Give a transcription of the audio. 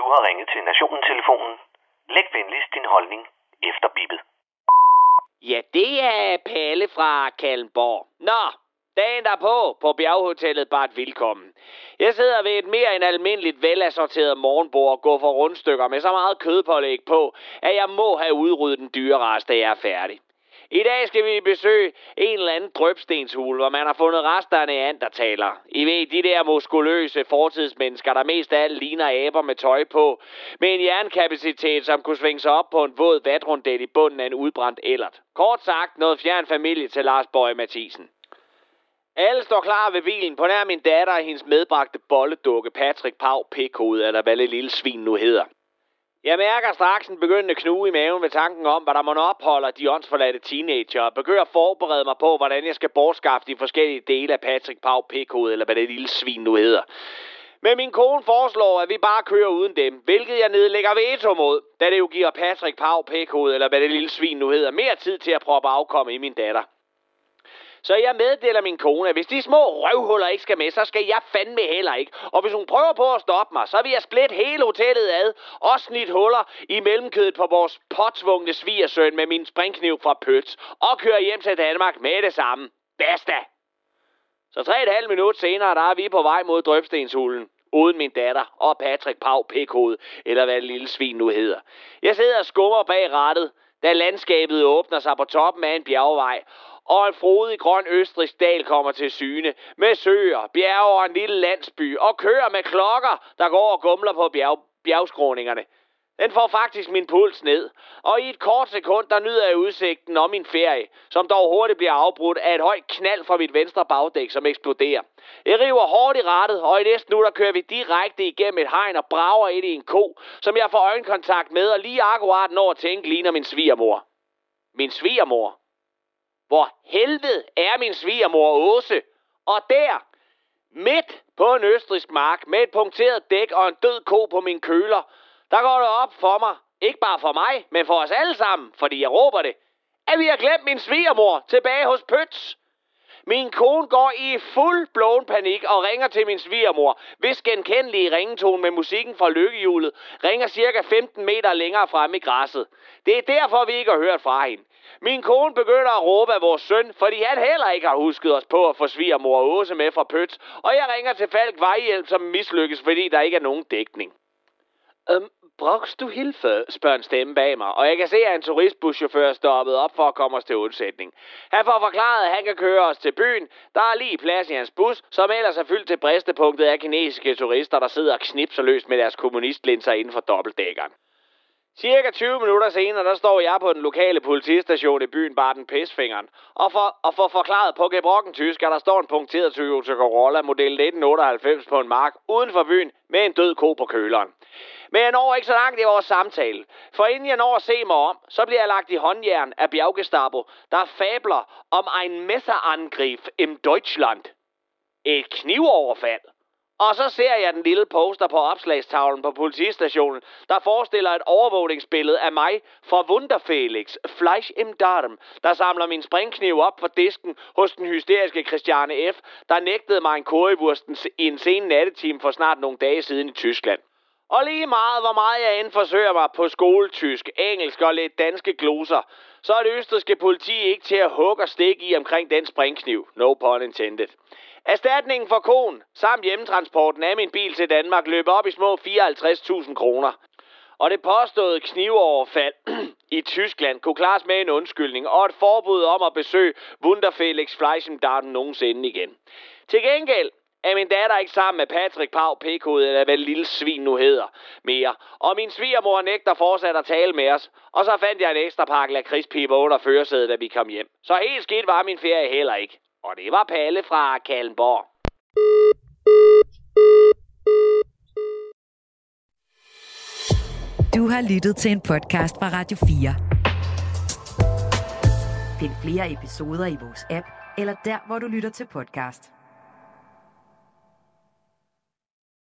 har ringet til Nationen-telefonen. Læg venligst din holdning efter bippet. Ja, det er Palle fra Kalmborg. Nå, dagen derpå på bjerghotellet Bart Velkommen. Jeg sidder ved et mere end almindeligt velassorteret morgenbord og går for rundstykker med så meget kødpålæg på, at jeg må have udryddet den dyrerest, da jeg er færdig. I dag skal vi besøge en eller anden drøbstenshul, hvor man har fundet rester af neandertalere. I ved, de der muskuløse fortidsmennesker, der mest af alt ligner aber med tøj på, med en jernkapacitet, som kunne svinge sig op på en våd vatrundet i bunden af en udbrændt ellert. Kort sagt, noget fjern familie til Lars Bøje Mathisen. Alle står klar ved bilen, på nær min datter og hendes medbragte bolledukke, Patrick Pau P-kode, eller hvad det lille svin nu hedder. Jeg mærker straks en begyndende knuge i maven ved tanken om, hvad der må opholder de åndsforladte teenager, og begynder at forberede mig på, hvordan jeg skal bortskaffe de forskellige dele af Patrick Pau P-kode, eller hvad det lille svin nu hedder. Men min kone foreslår, at vi bare kører uden dem, hvilket jeg nedlægger veto mod, da det jo giver Patrick Pau P-kode, eller hvad det lille svin nu hedder, mere tid til at proppe afkomme i min datter. Så jeg meddeler min kone, at hvis de små røvhuller ikke skal med, så skal jeg fandme heller ikke. Og hvis hun prøver på at stoppe mig, så vil jeg splitte hele hotellet ad og snit huller i mellemkødet på vores påtvungne svigersøn med min springkniv fra Pøts og køre hjem til Danmark med det samme. Basta! Så 3,5 minutter senere, der er vi på vej mod drøbstenshulen. Uden min datter og Patrick Pau P-kode, eller hvad det lille svin nu hedder. Jeg sidder og skummer bag rattet, da landskabet åbner sig på toppen af en bjergvej, og en frodig grøn østrigsk dal kommer til syne, med søer, bjerge og en lille landsby, og køer med klokker, der går og gumler på bjergskråningerne. Den får faktisk min puls ned, og i et kort sekund, der nyder jeg udsigten om min ferie, som dog hurtigt bliver afbrudt af et højt knald fra mit venstre bagdæk, som eksploderer. Jeg river hårdt i rattet, og i næste nu, der kører vi direkte igennem et hegn og brager ind i en ko, som jeg får øjenkontakt med, og lige akkurat når at tænke ligner min svigermor. Min svigermor? Hvor helvede er min svigermor Åse? Og der, midt på en østrigsk mark, med et punkteret dæk og en død ko på min køler, der går det op for mig, ikke bare for mig, men for os alle sammen, fordi jeg råber det, at vi har glemt min svigermor tilbage hos Pøts. Min kone går i fuld blown panik og ringer til min svigermor, hvis genkendelige ringetone med musikken fra lykkehjulet ringer cirka 15 meter længere frem i græsset. Det er derfor, vi ikke har hørt fra hende. Min kone begynder at råbe af vores søn, fordi han heller ikke har husket os på at få svigermor Åse med fra Pøts, og jeg ringer til Falk Vejhjælp, som mislykkes, fordi der ikke er nogen dækning. Brugst du hilfe? Spørger en stemme bag mig, og jeg kan se, at en turistbuschauffør er stoppet op for at komme os til undsætning. Han får forklaret, at han kan køre os til byen. Der er lige plads i hans bus, som ellers er fyldt til bristepunktet af kinesiske turister, der sidder og knipser løs med deres kommunistlinser inden for dobbeltdækkeren. Cirka 20 minutter senere, der står jeg på den lokale politistation i byen Baden-Pestfingeren, og for forklaret på gebrokken tysk, at der står en punkteret Toyota Corolla model 1998 på en mark uden for byen med en død ko på køleren. Men jeg når ikke så langt i vores samtale, for inden jeg når at se mig om, så bliver jeg lagt i håndjern af Bjerggestapo, der fabler om ein Messerangriff im Deutschland. Et knivoverfald. Og så ser jeg den lille poster på opslagstavlen på politistationen, der forestiller et overvågningsbillede af mig fra Wunderfelix, Fleisch im Darm, der samler min springkniv op fra disken hos den hysteriske Christiane F., der nægtede mig en currywursten i en sen nattetime for snart nogle dage siden i Tyskland. Og lige meget, hvor meget jeg end forsøger mig på skoletysk, engelsk og lidt danske gloser, så er det østrigske politi ikke til at hugge og stikke i omkring den springkniv. No pun intended. Erstatningen for konen samt hjemmetransporten af min bil til Danmark løber op i små 54.000 kroner. Og det påståede knivoverfald i Tyskland kunne klares med en undskyldning og et forbud om at besøge Wunderfelix Fleischendarten nogensinde igen. Til gengæld er min datter ikke sammen med Patrick Pau P-kode, eller hvad lille svin nu hedder, mere. Og min svigermor nægter fortsat at tale med os. Og så fandt jeg en ekstra pakke lakridspiber under førersædet, da vi kom hjem. Så helt skidt var min ferie heller ikke. Og det var Palle fra Kalmborg. Du har lyttet til en podcast fra Radio 4. Find flere episoder i vores app, eller der, hvor du lytter til podcast.